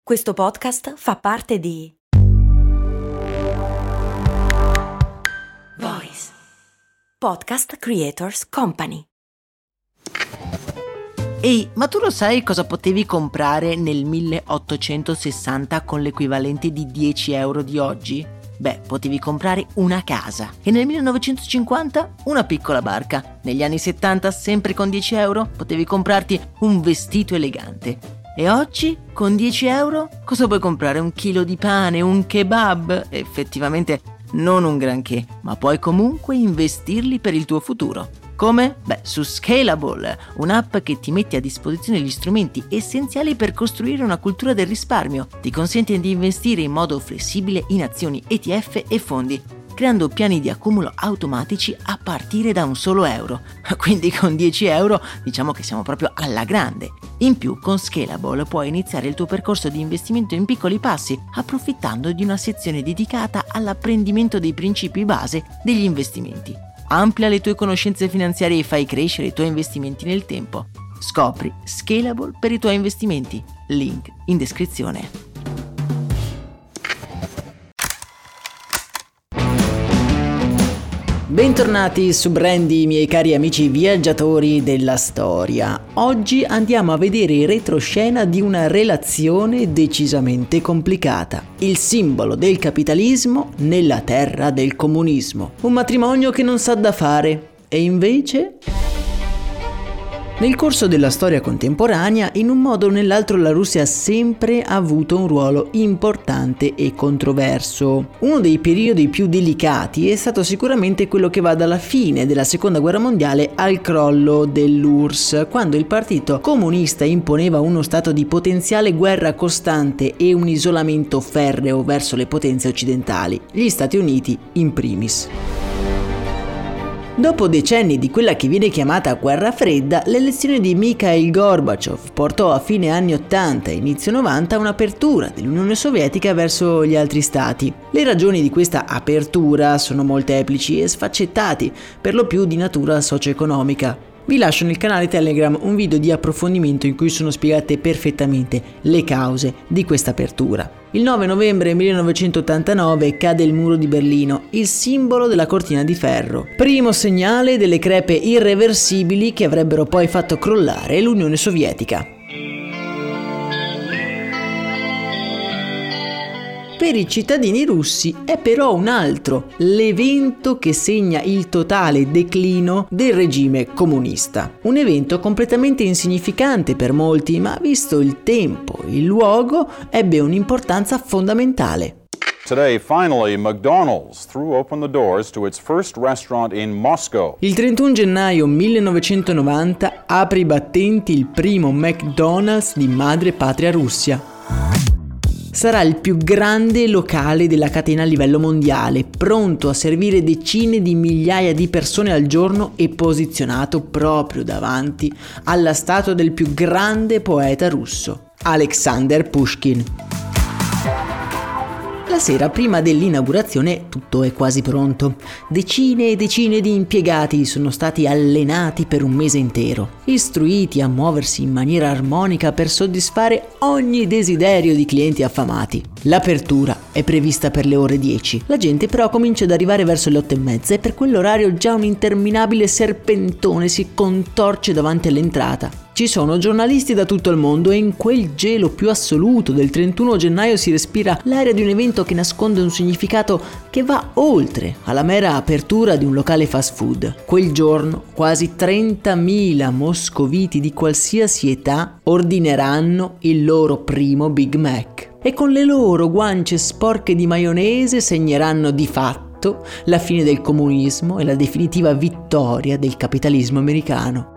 Questo podcast fa parte di Voice Podcast Creators Company. Ehi, ma tu lo sai cosa potevi comprare nel 1860 con l'equivalente di 10 euro di oggi? Beh, potevi comprare una casa e nel 1950 una piccola barca. Negli anni 70, sempre con 10 euro, potevi comprarti un vestito elegante. E oggi, con 10 euro, cosa puoi comprare? Un chilo di pane, un kebab? Effettivamente non un granché, ma puoi comunque investirli per il tuo futuro. Come? Beh, su Scalable, un'app che ti mette a disposizione gli strumenti essenziali per costruire una cultura del risparmio. Ti consente di investire in modo flessibile in azioni, ETF e fondi, creando piani di accumulo automatici a partire da un solo euro. Quindi con 10 euro diciamo che siamo proprio alla grande. In più, con Scalable puoi iniziare il tuo percorso di investimento in piccoli passi, approfittando di una sezione dedicata all'apprendimento dei principi base degli investimenti. Amplia le tue conoscenze finanziarie e fai crescere i tuoi investimenti nel tempo. Scopri Scalable per i tuoi investimenti. Link in descrizione. Bentornati su Brandy, miei cari amici viaggiatori della storia. Oggi andiamo a vedere il retroscena di una relazione decisamente complicata. Il simbolo del capitalismo nella terra del comunismo. Un matrimonio che non sa da fare. E invece... Nel corso della storia contemporanea, in un modo o nell'altro la Russia ha sempre avuto un ruolo importante e controverso. Uno dei periodi più delicati è stato sicuramente quello che va dalla fine della Seconda Guerra Mondiale al crollo dell'URSS, quando il partito comunista imponeva uno stato di potenziale guerra costante e un isolamento ferreo verso le potenze occidentali, gli Stati Uniti in primis. Dopo decenni di quella che viene chiamata guerra fredda, l'elezione di Mikhail Gorbaciov portò a fine anni 80 e inizio 90 un'apertura dell'Unione Sovietica verso gli altri stati. Le ragioni di questa apertura sono molteplici e sfaccettati, per lo più di natura socio-economica. Vi lascio nel canale Telegram un video di approfondimento in cui sono spiegate perfettamente le cause di questa apertura. Il 9 novembre 1989 cade il muro di Berlino, il simbolo della cortina di ferro, primo segnale delle crepe irreversibili che avrebbero poi fatto crollare l'Unione Sovietica. Per i cittadini russi è però un altro, l'evento che segna il totale declino del regime comunista. Un evento completamente insignificante per molti, ma visto il tempo e il luogo, ebbe un'importanza fondamentale. Today, finally, McDonald's threw open the doors to its first restaurant in Moscow. Il 31 gennaio 1990 apre i battenti il primo McDonald's di madre patria Russia. Sarà il più grande locale della catena a livello mondiale, pronto a servire decine di migliaia di persone al giorno e posizionato proprio davanti alla statua del più grande poeta russo, Alexander Pushkin. La sera prima dell'inaugurazione tutto è quasi pronto. Decine e decine di impiegati sono stati allenati per un mese intero, istruiti a muoversi in maniera armonica per soddisfare ogni desiderio di clienti affamati. L'apertura è prevista per le ore 10. La gente però comincia ad arrivare verso le 8:30 e per quell'orario già un interminabile serpentone si contorce davanti all'entrata. Ci sono giornalisti da tutto il mondo e in quel gelo più assoluto del 31 gennaio si respira l'aria di un evento che nasconde un significato che va oltre alla mera apertura di un locale fast food. Quel giorno quasi 30.000 moscoviti di qualsiasi età ordineranno il loro primo Big Mac e con le loro guance sporche di maionese segneranno di fatto la fine del comunismo e la definitiva vittoria del capitalismo americano.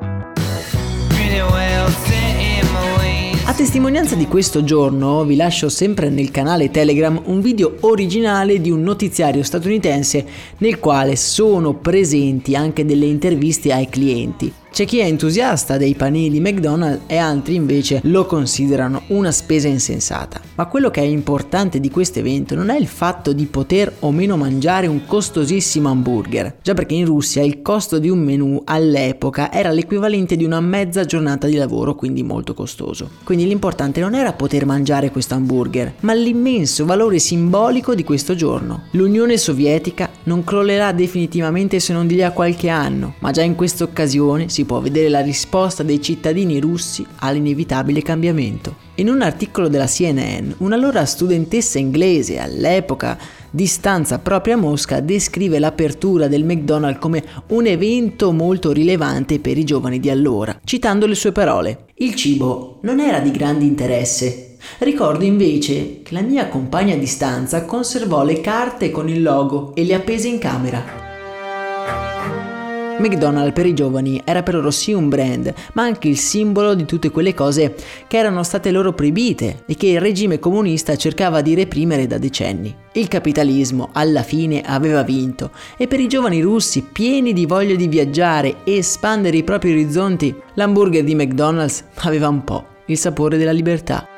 A testimonianza di questo giorno vi lascio sempre nel canale Telegram un video originale di un notiziario statunitense nel quale sono presenti anche delle interviste ai clienti. C'è chi è entusiasta dei panini di McDonald's e altri invece lo considerano una spesa insensata. Ma quello che è importante di questo evento non è il fatto di poter o meno mangiare un costosissimo hamburger, già perché in Russia il costo di un menù all'epoca era l'equivalente di una mezza giornata di lavoro, quindi molto costoso. Quindi l'importante non era poter mangiare questo hamburger, ma l'immenso valore simbolico di questo giorno. L'Unione Sovietica non crollerà definitivamente se non di lì a qualche anno, ma già in questa occasione si può vedere la risposta dei cittadini russi all'inevitabile cambiamento. In un articolo della CNN, un'allora studentessa inglese, all'epoca di stanza proprio a Mosca, descrive l'apertura del McDonald's come un evento molto rilevante per i giovani di allora, citando le sue parole: "Il cibo non era di grande interesse. Ricordo invece che la mia compagna di stanza conservò le carte con il logo e le appese in camera." McDonald's per i giovani era per loro sì un brand, ma anche il simbolo di tutte quelle cose che erano state loro proibite e che il regime comunista cercava di reprimere da decenni. Il capitalismo alla fine aveva vinto e per i giovani russi pieni di voglia di viaggiare e espandere i propri orizzonti, l'hamburger di McDonald's aveva un po' il sapore della libertà.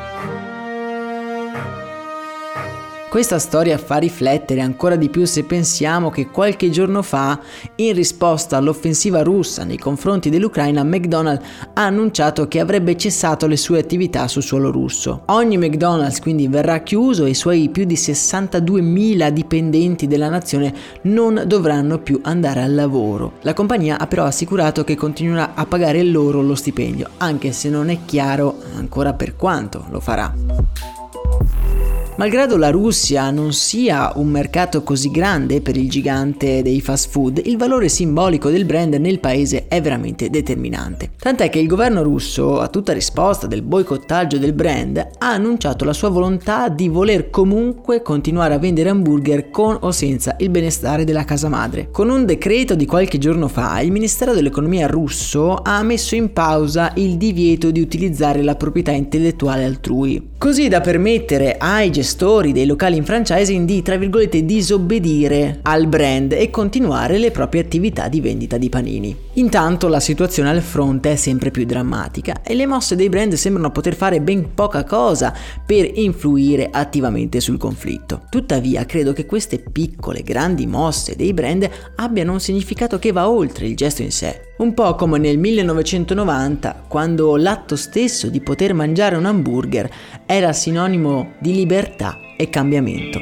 Questa storia fa riflettere ancora di più se pensiamo che qualche giorno fa, in risposta all'offensiva russa nei confronti dell'Ucraina, McDonald's ha annunciato che avrebbe cessato le sue attività sul suolo russo. Ogni McDonald's quindi verrà chiuso e i suoi più di 62.000 dipendenti della nazione non dovranno più andare al lavoro. La compagnia ha però assicurato che continuerà a pagare loro lo stipendio, anche se non è chiaro ancora per quanto lo farà. Malgrado la Russia non sia un mercato così grande per il gigante dei fast food, il valore simbolico del brand nel paese è veramente determinante. Tant'è che il governo russo, a tutta risposta del boicottaggio del brand, ha annunciato la sua volontà di voler comunque continuare a vendere hamburger con o senza il benestare della casa madre. Con un decreto di qualche giorno fa, il Ministero dell'Economia russo ha messo in pausa il divieto di utilizzare la proprietà intellettuale altrui, così da permettere ai gestori dei locali in franchising di, tra virgolette, disobbedire al brand e continuare le proprie attività di vendita di panini. Intanto la situazione al fronte è sempre più drammatica e le mosse dei brand sembrano poter fare ben poca cosa per influire attivamente sul conflitto. Tuttavia credo che queste piccole, grandi mosse dei brand abbiano un significato che va oltre il gesto in sé. Un po' come nel 1990, quando l'atto stesso di poter mangiare un hamburger era sinonimo di libertà e cambiamento.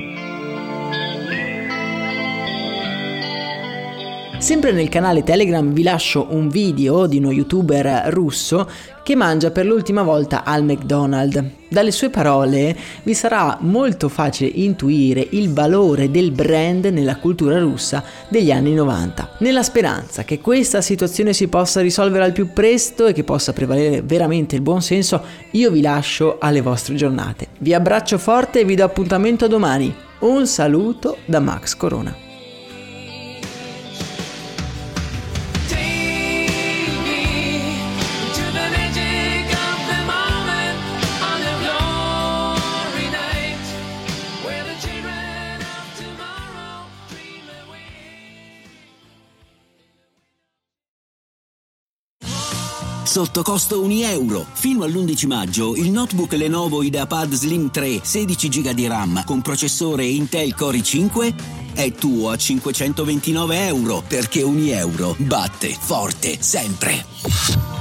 Sempre nel canale Telegram vi lascio un video di uno youtuber russo che mangia per l'ultima volta al McDonald's. Dalle sue parole vi sarà molto facile intuire il valore del brand nella cultura russa degli anni 90. Nella speranza che questa situazione si possa risolvere al più presto e che possa prevalere veramente il buon senso, io vi lascio alle vostre giornate. Vi abbraccio forte e vi do appuntamento a domani. Un saluto da Max Corona. Sotto costo €1. Fino all'11 maggio il notebook Lenovo IdeaPad Slim 3 16 GB di RAM con processore Intel Core i5 è tuo a €529, perché €1 batte forte sempre.